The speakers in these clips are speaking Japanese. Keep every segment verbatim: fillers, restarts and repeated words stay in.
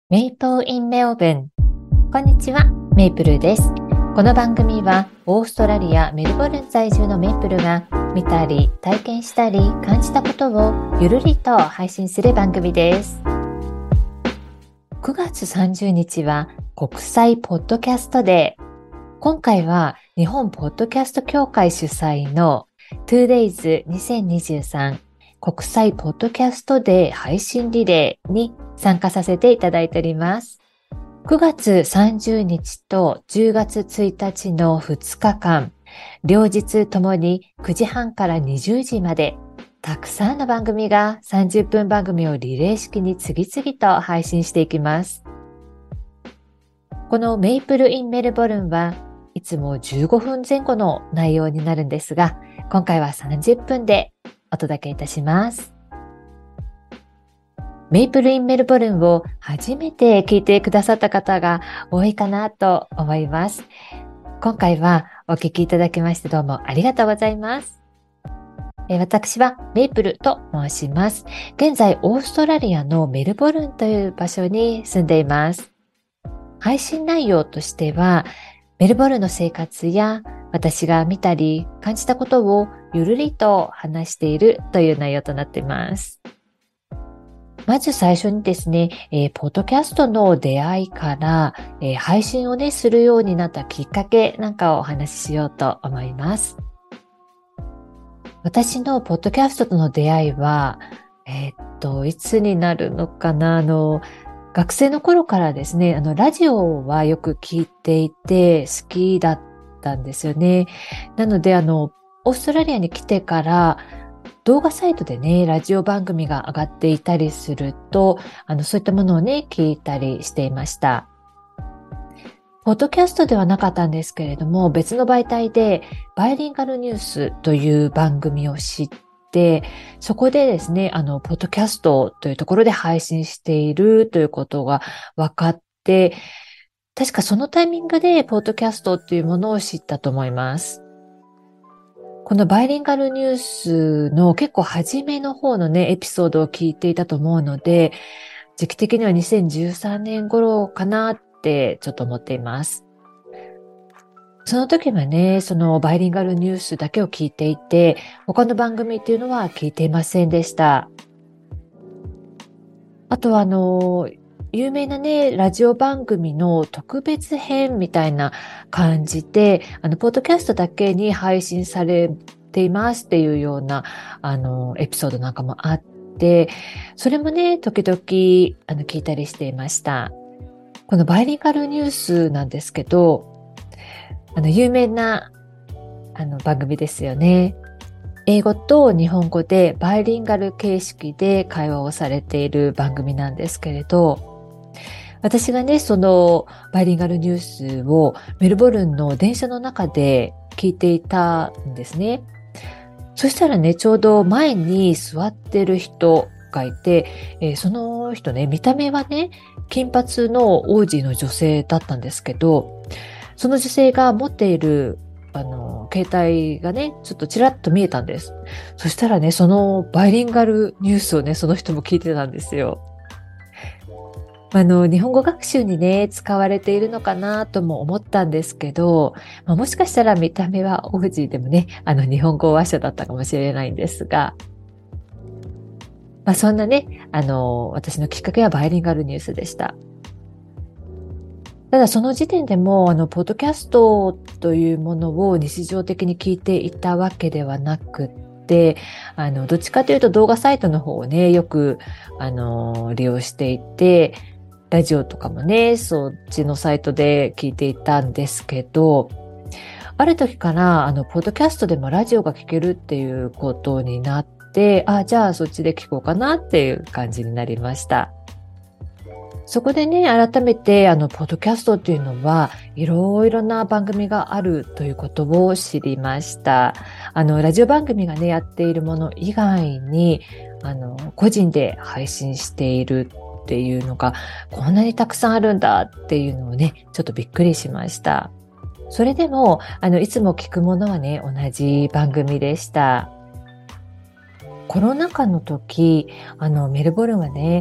メイプルインメルボルン。こんにちは、メイプルです。この番組はオーストラリア・メルボルン在住のメイプルが見たり体験したり感じたことをゆるりと配信する番組です。くがつさんじゅうにちは国際ポッドキャストデー。今回は日本ポッドキャスト協会主催の ツーデイズにせんにじゅうさん国際ポッドキャストデー配信リレーに参加させていただいております。くがつさんじゅうにちとじゅうがつついたちのふつかかん、両日ともにくじはんからにじゅうじまで、たくさんの番組がさんじゅっぷん番組をリレー式に次々と配信していきます。このメイプルインメルボルンはいつもじゅうごふんぜん後の内容になるんですが、今回はさんじゅっぷんでお届けいたします。メイプルインメルボルンを初めて聞いてくださった方が多いかなと思います。今回はお聞きいただきましてどうもありがとうございます。私はメイプルと申します。現在オーストラリアのメルボルンという場所に住んでいます。配信内容としてはメルボルンの生活や私が見たり感じたことをゆるりと話しているという内容となっています。まず最初にですね、えー、ポッドキャストの出会いから、えー、配信をね、するようになったきっかけなんかをお話ししようと思います。私のポッドキャストとの出会いは、えー、っと、いつになるのかな、あの、学生の頃からですね、あの、ラジオはよく聞いていて好きだったんですよね。なので、あの、オーストラリアに来てから、動画サイトでね、ラジオ番組が上がっていたりすると、あの、そういったものをね、聞いたりしていました。ポッドキャストではなかったんですけれども、別の媒体でバイリンガルニュースという番組を知って、そこでですね、あの、ポッドキャストというところで配信しているということが分かって、確かそのタイミングでポッドキャストっていうものを知ったと思います。このバイリンガルニュースの結構初めの方のね、エピソードを聞いていたと思うので、時期的にはにせんじゅうさんねん頃かなってちょっと思っています。その時はね、そのバイリンガルニュースだけを聞いていて、他の番組っていうのは聞いていませんでした。あとはあの、有名なね、ラジオ番組の特別編みたいな感じで、あの、ポッドキャストだけに配信されていますっていうような、あの、エピソードなんかもあって、それもね、時々、あの、聞いたりしていました。このバイリンガルニュースなんですけど、あの、有名な、あの、番組ですよね。英語と日本語でバイリンガル形式で会話をされている番組なんですけれど、私がね、そのバイリンガルニュースをメルボルンの電車の中で聞いていたんですね。そしたらね、ちょうど前に座ってる人がいて、えーその人ね、見た目はね、金髪の王子の女性だったんですけど、その女性が持っているあの、携帯がね、ちょっとちらっと見えたんです。そしたらね、そのバイリンガルニュースをね、その人も聞いてたんですよ。あの、日本語学習にね、使われているのかなとも思ったんですけど、まあ、もしかしたら見た目はオージーでもね、あの、日本語話者だったかもしれないんですが、まあ、そんなね、あの、私のきっかけはバイリンガルニュースでした。ただその時点でも、あの、ポッドキャストというものを日常的に聞いていたわけではなくって、あの、どっちかというと動画サイトの方をね、よく、あの、利用していて、ラジオとかもね、そっちのサイトで聞いていたんですけど、ある時から、あの、ポッドキャストでもラジオが聞けるっていうことになって、あ、じゃあそっちで聞こうかなっていう感じになりました。そこでね、改めて、あの、ポッドキャストっていうのは、いろいろな番組があるということを知りました。あの、ラジオ番組がね、やっているもの以外に、あの、個人で配信しているっていうのが、こんなにたくさんあるんだっていうのをね、ちょっとびっくりしました。それでも、あの、いつも聞くものはね、同じ番組でした。コロナ禍の時、あの、メルボルンはね、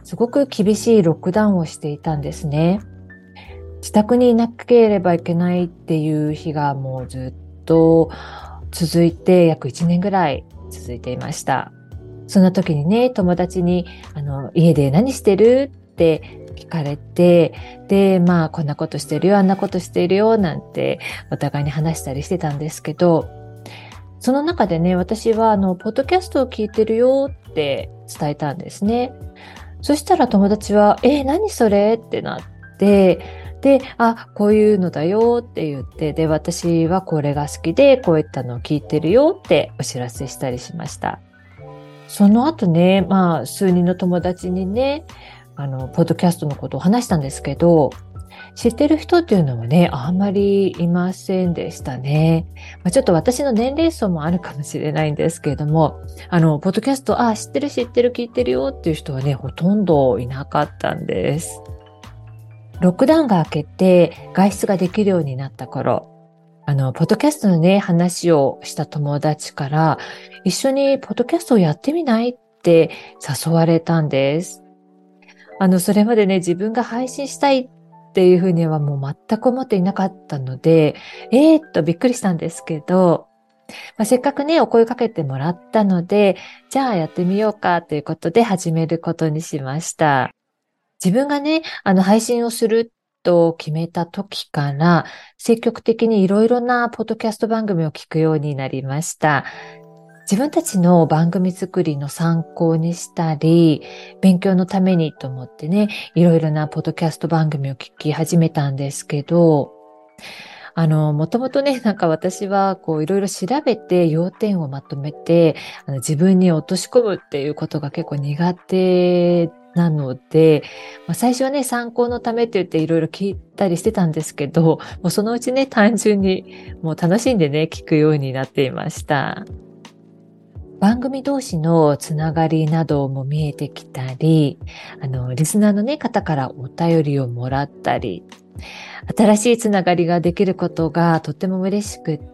すごく厳しいロックダウンをしていたんですね。自宅にいなければいけないっていう日がもうずっと続いて約いちねんぐらい続いていました。そんな時にね、友達にあの家で何してるって聞かれて、で、まあこんなことしてるよ、あんなことしてるよなんてお互いに話したりしてたんですけど、その中でね、私はあのポッドキャストを聞いてるよって伝えたんですね。そしたら友達は、え、何それってなって、で、あ、こういうのだよって言って、で、私はこれが好きで、こういったのを聞いてるよってお知らせしたりしました。その後ね、まあ、数人の友達にね、あの、ポッドキャストのことを話したんですけど、知ってる人っていうのはね、あんまりいませんでしたね。まあ、ちょっと私の年齢層もあるかもしれないんですけれども、あの、ポッドキャスト、あ、知ってる知ってる聞いてるよっていう人はね、ほとんどいなかったんです。ロックダウンが明けて外出ができるようになった頃、あの、ポッドキャストのね、話をした友達から、一緒にポッドキャストをやってみないって誘われたんです。あの、それまでね、自分が配信したいっていうふうにはもう全く思っていなかったので、えーっとびっくりしたんですけど、まあ、せっかくね、お声かけてもらったので、じゃあやってみようかということで始めることにしました。自分がね、あの、配信をすると決めた時から、積極的にいろいろなポッドキャスト番組を聞くようになりました。自分たちの番組作りの参考にしたり、勉強のためにと思ってね、いろいろなポッドキャスト番組を聞き始めたんですけど、あの、もともとね、なんか私はこういろいろ調べて要点をまとめて、あの自分に落とし込むっていうことが結構苦手なので、まあ、最初はね、参考のためって言っていろいろ聞いたりしてたんですけど、もうそのうちね、単純にもう楽しんでね、聞くようになっていました。番組同士のつながりなども見えてきたり、あの、リスナーのね、方からお便りをもらったり、新しいつながりができることがとっても嬉しくって、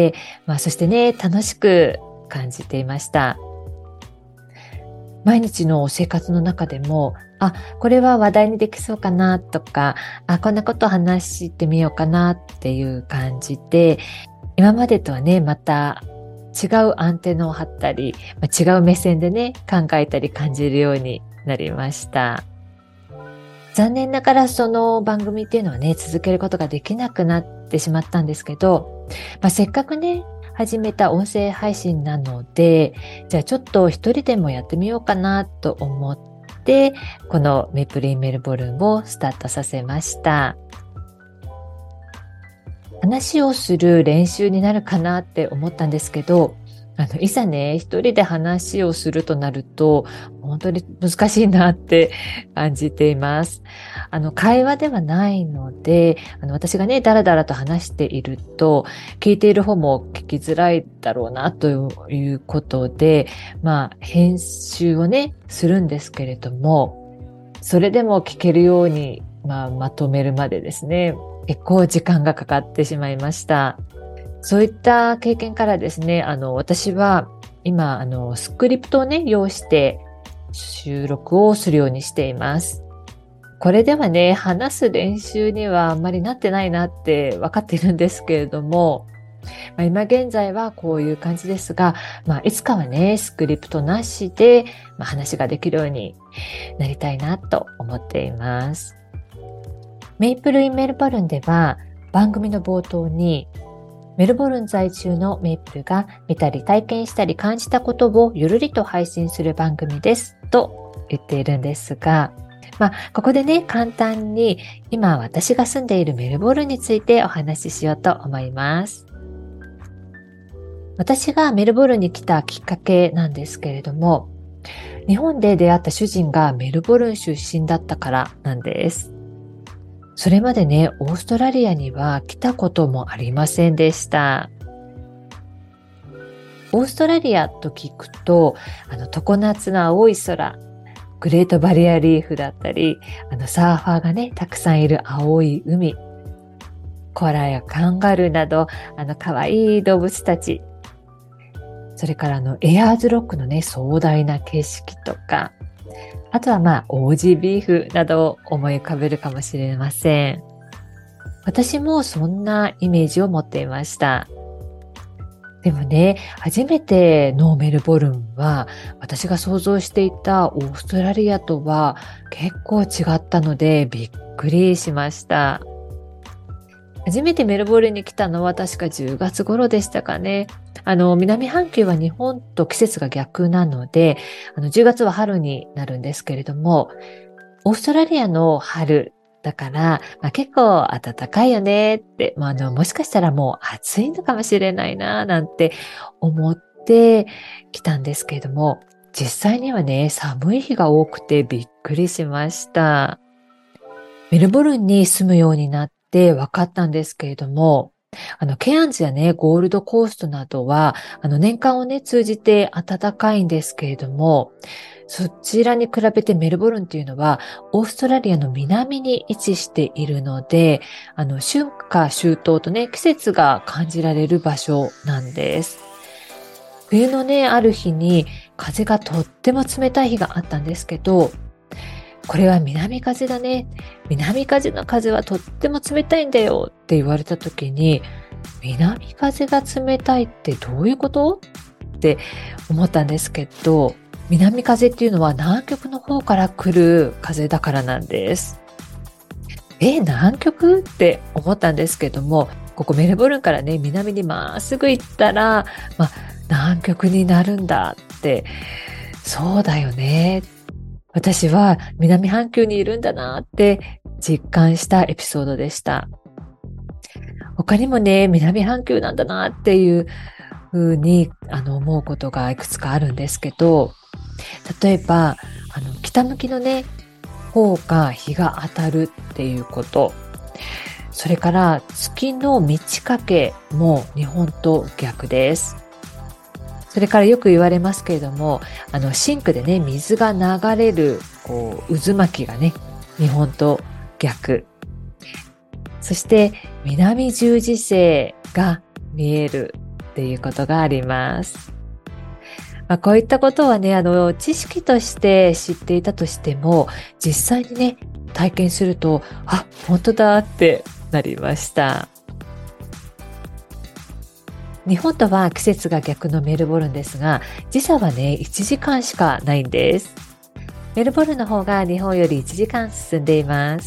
まあ、そしてね、楽しく感じていました。毎日の生活の中でも、あ、これは話題にできそうかなとか、あ、こんなこと話してみようかなっていう感じで、今までとはね、また違うアンテナを張ったり、違う目線でね、考えたり感じるようになりました。残念ながらその番組っていうのはね、続けることができなくなってしまったんですけど、まあ、せっかくね、始めた音声配信なので、じゃあちょっと一人でもやってみようかなと思って、このメプルインメルボルンをスタートさせました。話をする練習になるかなって思ったんですけど、あの、いざね、一人で話をするとなると、本当に難しいなって感じています。あの、会話ではないので、あの、私がね、だらだらと話していると、聞いている方も聞きづらいだろうな、ということで、まあ、編集をね、するんですけれども、それでも聞けるように、まあ、まとめるまでですね、結構時間がかかってしまいました。そういった経験からですね、あの、私は今、あの、スクリプトをね、用意して収録をするようにしています。これではね、話す練習にはあんまりなってないなって分かっているんですけれども、まあ、今現在はこういう感じですが、まあ、いつかはね、スクリプトなしで、まあ、話ができるようになりたいなと思っています。メイプルインメルボルンでは番組の冒頭にメルボルン在住のメイプルが見たり体験したり感じたことをゆるりと配信する番組ですと言っているんですが、まあ、ここでね、簡単に今私が住んでいるメルボルンについてお話ししようと思います。私がメルボルンに来たきっかけなんですけれども、日本で出会った主人がメルボルン出身だったからなんです。それまでね、オーストラリアには来たこともありませんでした。オーストラリアと聞くと、あの常夏の青い空、グレートバリアリーフだったり、あのサーファーがね、たくさんいる青い海、コアラやカンガルーなど、あの可愛い動物たち、それからあのエアーズロックのね、壮大な景色とか、 あとはまあ、オージービーフなどを思い浮かべるかもしれません。私もそんなイメージを持っていました。でもね、初めてのメルボルンは、私が想像していたオーストラリアとは結構違ったのでびっくりしました。初めてメルボルンに来たのは確かじゅうがつ頃でしたかね。あの、南半球は日本と季節が逆なので、あの、じゅうがつは春になるんですけれども、オーストラリアの春だから、まあ、結構暖かいよねって、まあ、あの、もしかしたらもう暑いのかもしれないな、なんて思ってきたんですけれども、実際にはね、寒い日が多くてびっくりしました。メルボルンに住むようになって分かったんですけれども、あの、ケアンズやね、ゴールドコーストなどは、あの、年間をね、通じて暖かいんですけれども、そちらに比べてメルボルンっていうのは、オーストラリアの南に位置しているので、あの、春夏秋冬とね、季節が感じられる場所なんです。冬のね、ある日に風がとっても冷たい日があったんですけど、これは南風だね。南風の風はとっても冷たいんだよって言われた時に、南風が冷たいってどういうことって思ったんですけど、南風っていうのは南極の方から来る風だからなんです。え、南極って思ったんですけども、ここメルボルンからね、南にまっすぐ行ったら、まあ、南極になるんだって、そうだよね。私は南半球にいるんだなって実感したエピソードでした。他にもね、南半球なんだなっていうふうにあの思うことがいくつかあるんですけど、例えば、あの北向きのね、方が日が当たるっていうこと、それから月の満ち欠けも日本と逆です。それからよく言われますけれども、あのシンクでね、水が流れるこう渦巻きがね、日本と逆。そして南十字星が見えるっていうことがあります。まあ、こういったことはね、あの知識として知っていたとしても、実際にね、体験すると、あ、本当だってなりました。日本とは季節が逆のメルボルンですが、時差はね、いちじかんしかないんです。メルボルンの方が日本よりいちじかん進んでいます。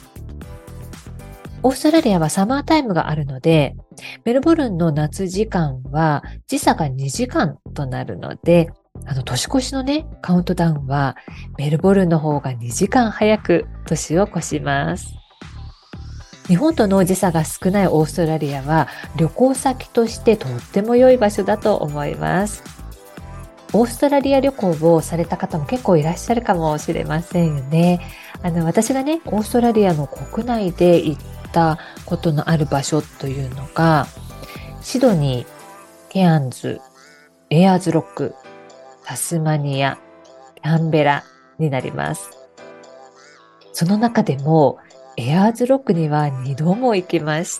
オーストラリアはサマータイムがあるので、メルボルンの夏時間は時差がにじかんとなるので、あの年越しのね、カウントダウンはメルボルンの方がにじかん早く年を越します。日本との時差が少ないオーストラリアは旅行先としてとっても良い場所だと思います。オーストラリア旅行をされた方も結構いらっしゃるかもしれませんよね。あの私がね、オーストラリアの国内で行ったことのある場所というのが、シドニー、ケアンズ、エアーズロック、タスマニア、キャンベラになります。その中でもエアーズロックにはにども行きました。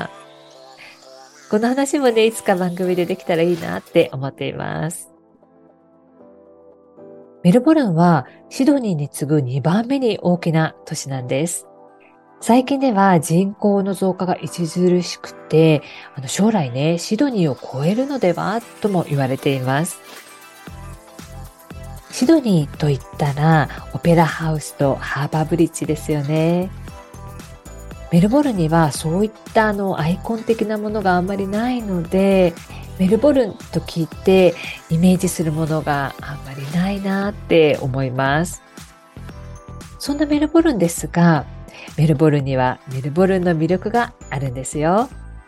この話もね、いつか番組でできたらいいなって思っています。メルボルンはシドニーに次ぐにばんめに大きな都市なんです。最近では人口の増加が著しくて、あの将来ね、シドニーを超えるのではとも言われています。シドニーといったらオペラハウスとハーバーブリッジですよね。メルボルンにはそういったあのアイコン的なものがあんまりないので、メルボルンと聞いてイメージするものがあんまりないなって思います。そんなメルボルンですが、メルボルンにはメルボルンの魅力があるんですよ。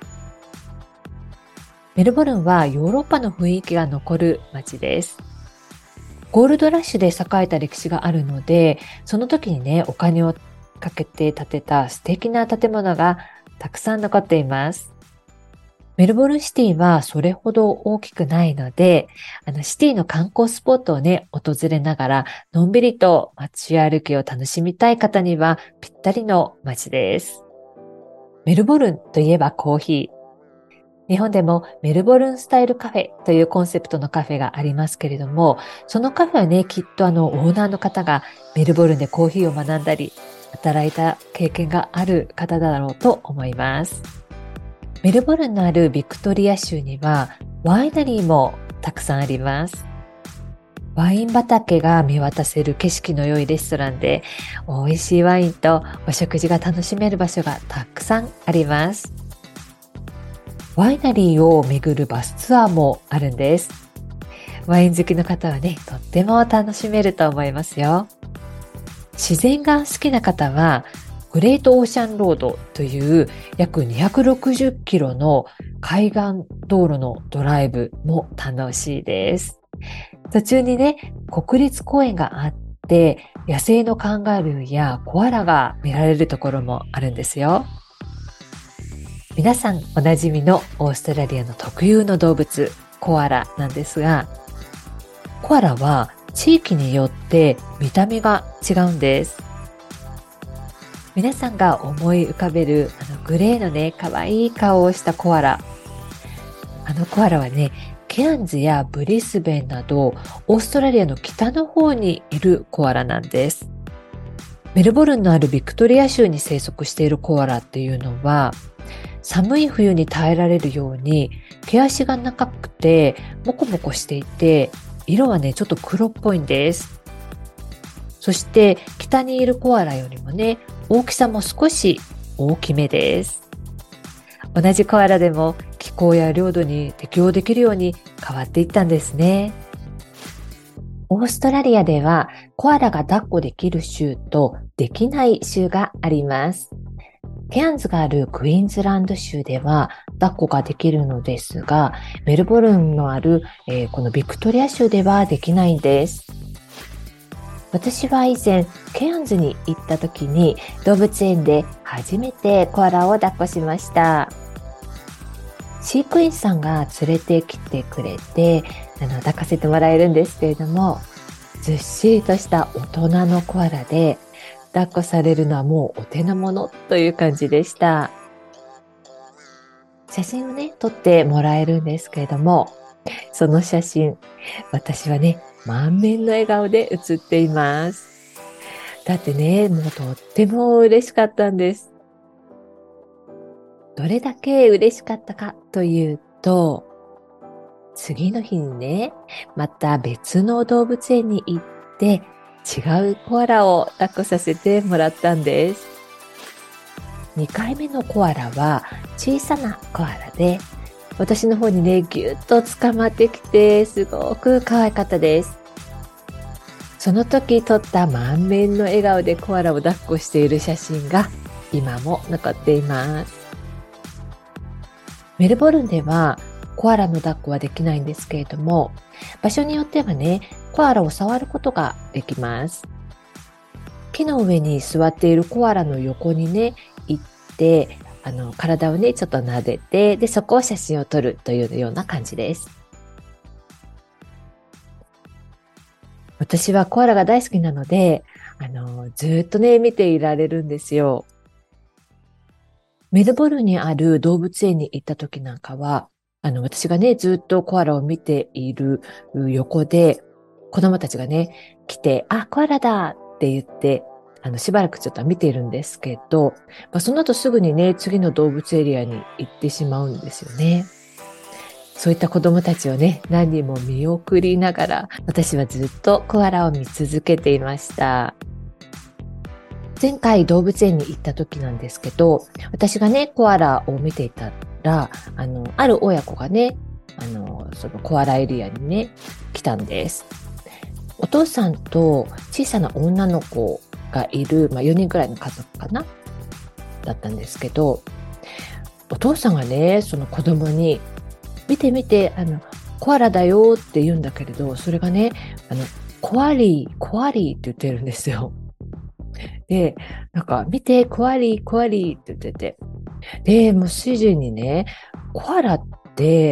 メルボルンはヨーロッパの雰囲気が残る街です。ゴールドラッシュで栄えた歴史があるので、その時にね、お金をかけて建てた素敵な建物がたくさん残っています。メルボルンシティはそれほど大きくないので、あのシティの観光スポットをね、訪れながら、のんびりと街歩きを楽しみたい方にはぴったりの街です。メルボルンといえばコーヒー。 日本でもメルボルンスタイルカフェというコンセプトのカフェがありますけれども、そのカフェはね、きっとあのオーナーの方がメルボルンでコーヒーを学んだり、働いた経験がある方だろうと思います。メルボルンのあるビクトリア州にはワイナリーもたくさんあります。ワイン畑が見渡せる景色の良いレストランで、美味しいワインとお食事が楽しめる場所がたくさんあります。ワイナリーを巡るバスツアーもあるんです。ワイン好きの方はね、とっても楽しめると思いますよ。自然が好きな方は、グレートオーシャンロードという約にひゃくろくじゅっキロの海岸道路のドライブも楽しいです。途中にね、国立公園があって、野生のカンガルーやコアラが見られるところもあるんですよ。皆さんおなじみのオーストラリアの特有の動物、コアラなんですが、コアラは地域によって見た目が違うんです。皆さんが思い浮かべるあのグレーのね、可愛い顔をしたコアラ。あのコアラはね、ケアンズやブリスベンなどオーストラリアの北の方にいるコアラなんです。メルボルンのあるビクトリア州に生息しているコアラっていうのは、寒い冬に耐えられるように毛足が長くてモコモコしていて、色はねちょっと黒っぽいんです。そして北にいるコアラよりもね、大きさも少し大きめです。同じコアラでも気候や領土に適応できるように変わっていったんですね。オーストラリアではコアラが抱っこできる州とできない州があります。ケアンズがあるクイーンズランド州では抱っこができるのですが、メルボルンのある、えー、このビクトリア州ではできないんです。私は以前ケアンズに行った時に動物園で初めてコアラを抱っこしました。飼育員さんが連れてきてくれてあの抱かせてもらえるんですけれども、ずっしりとした大人のコアラで、抱っこされるのはもうお手の物という感じでした。写真をね、撮ってもらえるんですけれども、その写真、私はね、満面の笑顔で写っています。だってね、もうとっても嬉しかったんです。どれだけ嬉しかったかというと、次の日にね、また別の動物園に行って違うコアラを抱っこさせてもらったんです。にかいめのコアラは小さなコアラで、私の方にね、ぎゅっと捕まってきて、すごく可愛かったです。その時撮った満面の笑顔でコアラを抱っこしている写真が今も残っています。メルボルンではコアラの抱っこはできないんですけれども、場所によってはね、コアラを触ることができます。木の上に座っているコアラの横にね、行って、あの、体をね、ちょっと撫でて、で、そこを写真を撮るというような感じです。私はコアラが大好きなので、あの、ずっとね、見ていられるんですよ。メルボルンにある動物園に行った時なんかは、あの、私がね、ずっとコアラを見ている横で、子供たちがね、来て、あ、コアラだって言って、あの、しばらくちょっと見ているんですけど、まあ、その後すぐにね、次の動物エリアに行ってしまうんですよね。そういった子供たちをね、何人も見送りながら、私はずっとコアラを見続けていました。前回動物園に行った時なんですけど、私がね、コアラを見ていたら、あの、ある親子がね、あの、そのコアラエリアにね、来たんです。お父さんと小さな女の子がいる、まあ、よにんくらいの家族かなだったんですけど、お父さんがね、その子供に、見て見て、あの、コアラだよって言うんだけれど、それがね、あの、コアリー、コアリーって言ってるんですよ。で、なんか、見て、コアリー、コアリーって言ってて。で、もう主人にね、コアラって、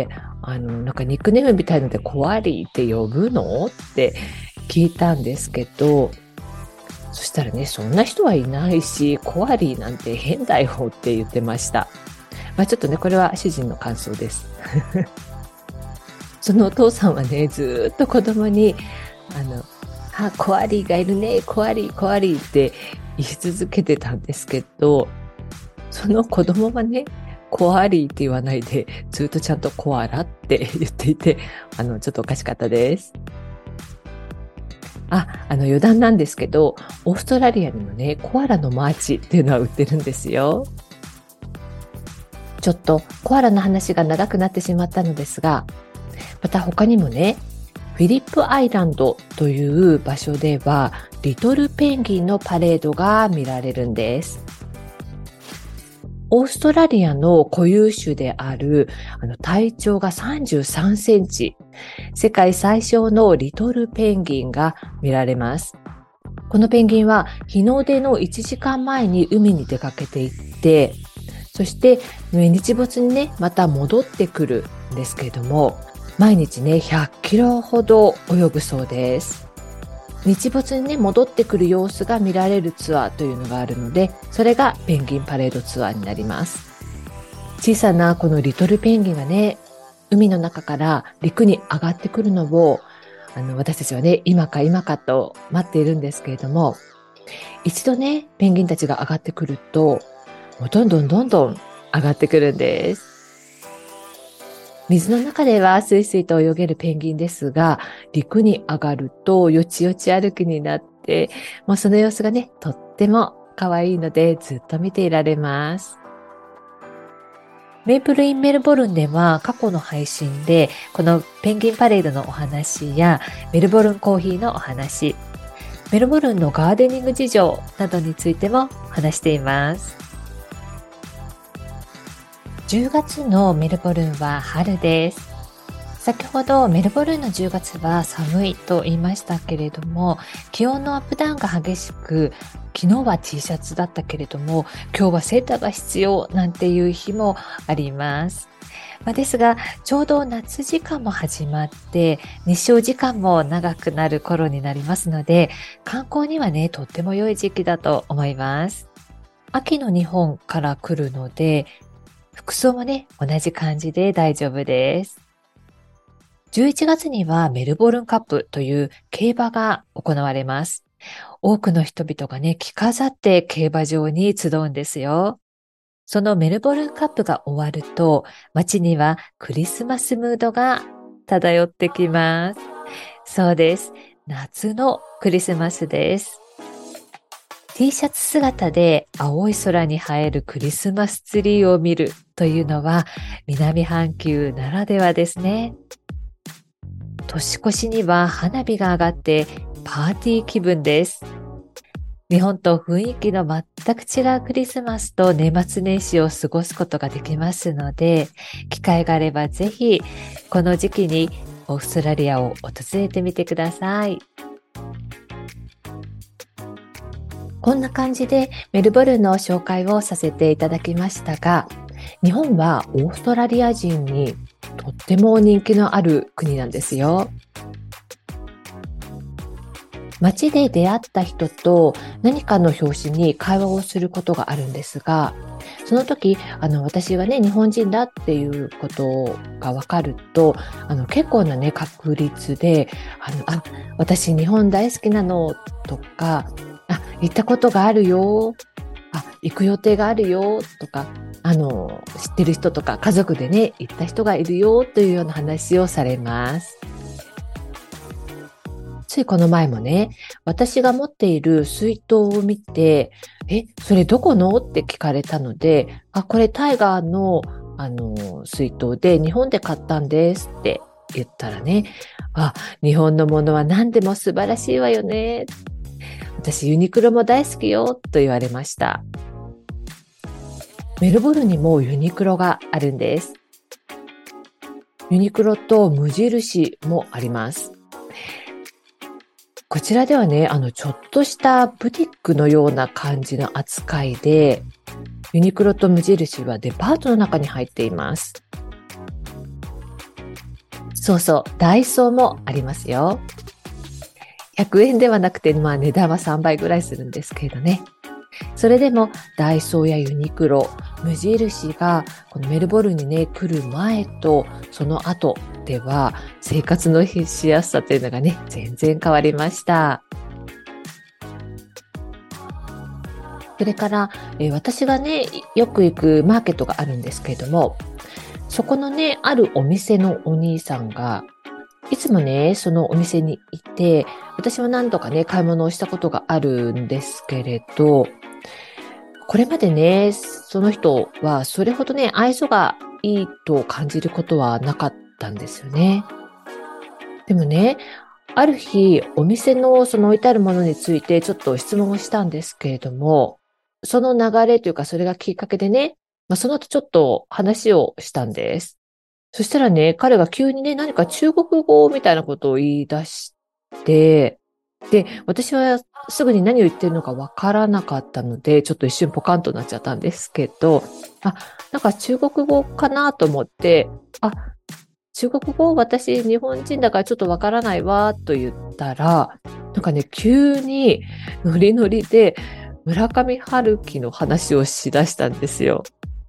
あの、なんかニックネームみたいのでコアリーって呼ぶのって聞いたんですけど、そしたらね、そんな人はいないし、コアリーなんて変だよって言ってました。 まあちょっとね、これは主人の感想です。そのお父さんはね、ずーっと子供に、あの、あ、コアリーがいるね、コアリー、コアリーって言い続けてたんですけど、その子供はね、コアリーって言わないで、ずっとちゃんとコアラって言っていて、あの、ちょっとおかしかったです。あ、あの余談なんですけど、オーストラリアにもね、コアラのマーチっていうのは売ってるんですよ。ちょっとコアラの話が長くなってしまったのですが、また他にもね、フィリップアイランドという場所では、リトルペンギンのパレードが見られるんです。オーストラリアの固有種である、あの体長がさんじゅうさんセンチ、世界最小のリトルペンギンが見られます。このペンギンは日の出のいちじかんまえに海に出かけていって、そして日没にね、また戻ってくるんですけれども、毎日ね、ひゃっキロほど泳ぐそうです。日没にね、戻ってくる様子が見られるツアーというのがあるので、それがペンギンパレードツアーになります。小さなこのリトルペンギンがね、海の中から陸に上がってくるのを、あの、私たちはね、今か今かと待っているんですけれども、一度ね、ペンギンたちが上がってくると、もうどんどんどんどん上がってくるんです。水の中ではスイスイと泳げるペンギンですが、陸に上がるとよちよち歩きになって、もうその様子がね、とっても可愛いのでずっと見ていられます。メイプルインメルボルンでは過去の配信でこのペンギンパレードのお話やメルボルンコーヒーのお話、メルボルンのガーデニング事情などについても話しています。じゅうがつのメルボルンは春です。先ほどメルボルンのじゅうがつは寒いと言いましたけれども、気温のアップダウンが激しく、昨日は T シャツだったけれども、今日はセーターが必要なんていう日もあります。まあ、ですが、ちょうど夏時間も始まって、日照時間も長くなる頃になりますので、観光にはね、とっても良い時期だと思います。秋の日本から来るので、服装もね、同じ感じで大丈夫です。じゅういちがつにはメルボルンカップという競馬が行われます。多くの人々がね、着飾って競馬場に集うんですよ。そのメルボルンカップが終わると、街にはクリスマスムードが漂ってきます。そうです。夏のクリスマスです。T シャツ姿で青い空に映えるクリスマスツリーを見るというのは南半球ならではですね。年越しには花火が上がってパーティー気分です。日本と雰囲気の全く違うクリスマスと年末年始を過ごすことができますので、機会があればぜひこの時期にオーストラリアを訪れてみてください。こんな感じでメルボルンの紹介をさせていただきましたが、日本はオーストラリア人にとっても人気のある国なんですよ。街で出会った人と何かの拍子に会話をすることがあるんですが、その時、あの、私がね、日本人だっていうことがわかると、あの、結構なね、確率で、あの、あ、私日本大好きなのとか、あ、行ったことがあるよ、あ、行く予定があるよとか、あの、知ってる人とか家族でね、行った人がいるよというような話をされます。ついこの前もね、私が持っている水筒を見て、え、それどこのって聞かれたので、あ、これタイガーの、あの、水筒で日本で買ったんですって言ったらね、あ、日本のものは何でも素晴らしいわよね。私ユニクロも大好きよと言われました。メルボルンにもユニクロがあるんです。ユニクロと無印もあります。こちらではね、あの、ちょっとしたブティックのような感じの扱いで、ユニクロと無印はデパートの中に入っています。そうそう、ダイソーもありますよ。ひゃくえんではなくて、まあ値段はさんばいぐらいするんですけどね。それでもダイソーやユニクロ、 無印がこのメルボルンにね、来る前とその後では生活のしやすさというのがね、全然変わりました。それから、えー、私がね、よく行くマーケットがあるんですけれども、そこのね、あるお店のお兄さんが、いつもね、そのお店にいて、私は何度かね、買い物をしたことがあるんですけれど、これまでね、その人はそれほどね、愛想がいいと感じることはなかったんですよね。でもね、ある日、お店のその置いてあるものについてちょっと質問をしたんですけれども、その流れというかそれがきっかけでね、まあ、その後ちょっと話をしたんです。そしたらね、彼が急にね、何か中国語みたいなことを言い出して、で、私はすぐに何を言ってるのかわからなかったので、ちょっと一瞬ポカンとなっちゃったんですけど、あ、なんか中国語かなと思って、あ、中国語私日本人だからちょっとわからないわと言ったら、なんかね、急にノリノリで村上春樹の話をしだしたんですよ。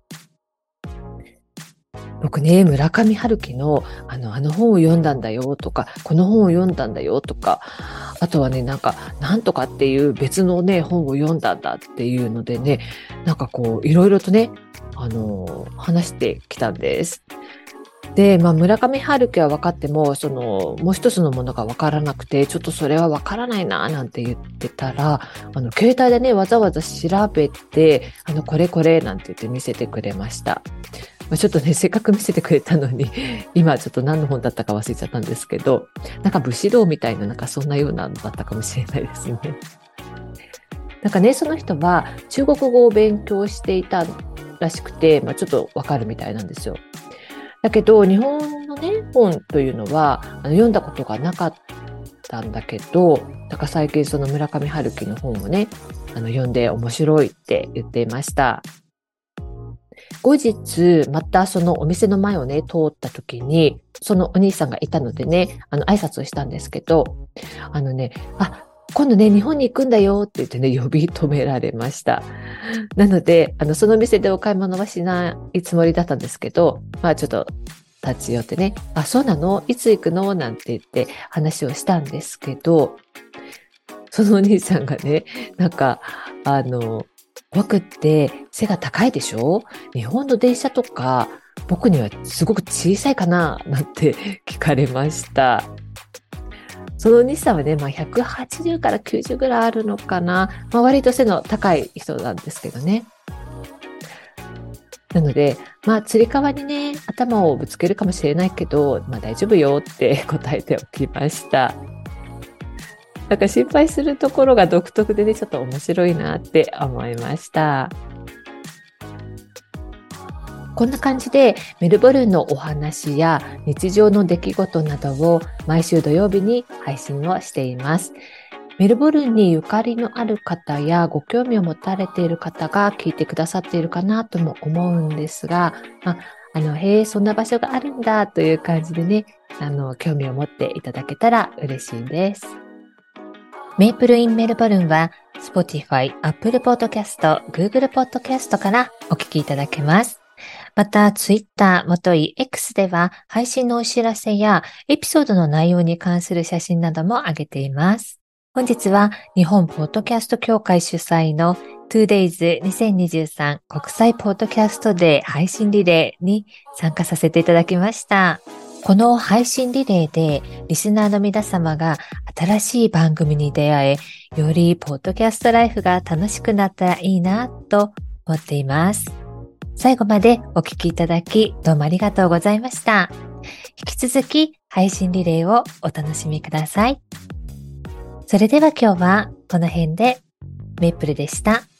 僕ね、村上春樹のあの、あの本を読んだんだよとか、この本を読んだんだよとか、あとはね、なんか、なんとかっていう別のね、本を読んだんだっていうのでね、なんかこう、いろいろとね、あの、話してきたんです。で、まあ、村上春樹は分かっても、その、もう一つのものが分からなくて、ちょっとそれは分からないな、なんて言ってたら、あの、携帯でね、わざわざ調べて、あの、これこれ、なんて言って見せてくれました。まあ、ちょっとね、せっかく見せてくれたのに、今ちょっと何の本だったか忘れちゃったんですけど、なんか武士道みたいな、なんかそんなようなのだったかもしれないですね。なんかね、その人は中国語を勉強していたらしくて、まあ、ちょっとわかるみたいなんですよ。だけど、日本のね、本というのは、あの読んだことがなかったんだけど、だから最近その村上春樹の本をね、あの読んで面白いって言っていました。後日、またそのお店の前をね、通った時に、そのお兄さんがいたのでね、あの挨拶をしたんですけど、あのね、あ、今度ね、日本に行くんだよって言ってね、呼び止められました。なので、あの、その店でお買い物はしないつもりだったんですけど、まあちょっと立ち寄ってね、あ、そうなの？いつ行くの？なんて言って話をしたんですけど、そのお兄さんがね、なんか、あの、僕って背が高いでしょ？日本の電車とか、僕にはすごく小さいかな？なんて聞かれました。そのお兄さんはね、まあ、ひゃくはちじゅうからきゅうじゅうぐらいあるのかな。まあ、割と背の高い人なんですけどね。なので、まあ、つり革にね、頭をぶつけるかもしれないけど、まあ、大丈夫よって答えておきました。なんか心配するところが独特でね、ちょっと面白いなって思いました。こんな感じでメルボルンのお話や日常の出来事などを毎週土曜日に配信をしています。メルボルンにゆかりのある方やご興味を持たれている方が聞いてくださっているかなとも思うんですが、まあ、あの、へえ、そんな場所があるんだという感じでね、あの、興味を持っていただけたら嬉しいです。メイプルインメルボルンは Spotify、Apple Podcast、Google Podcast からお聞きいただけます。また、Twitter、もとい X では配信のお知らせやエピソードの内容に関する写真なども上げています。本日は日本ポッドキャスト協会主催の ツーデイズにせんにじゅうさん 国際ポッドキャストデー配信リレーに参加させていただきました。この配信リレーでリスナーの皆様が新しい番組に出会え、よりポッドキャストライフが楽しくなったらいいなと思っています。最後までお聞きいただきどうもありがとうございました。引き続き配信リレーをお楽しみください。それでは今日はこの辺でメイプルでした。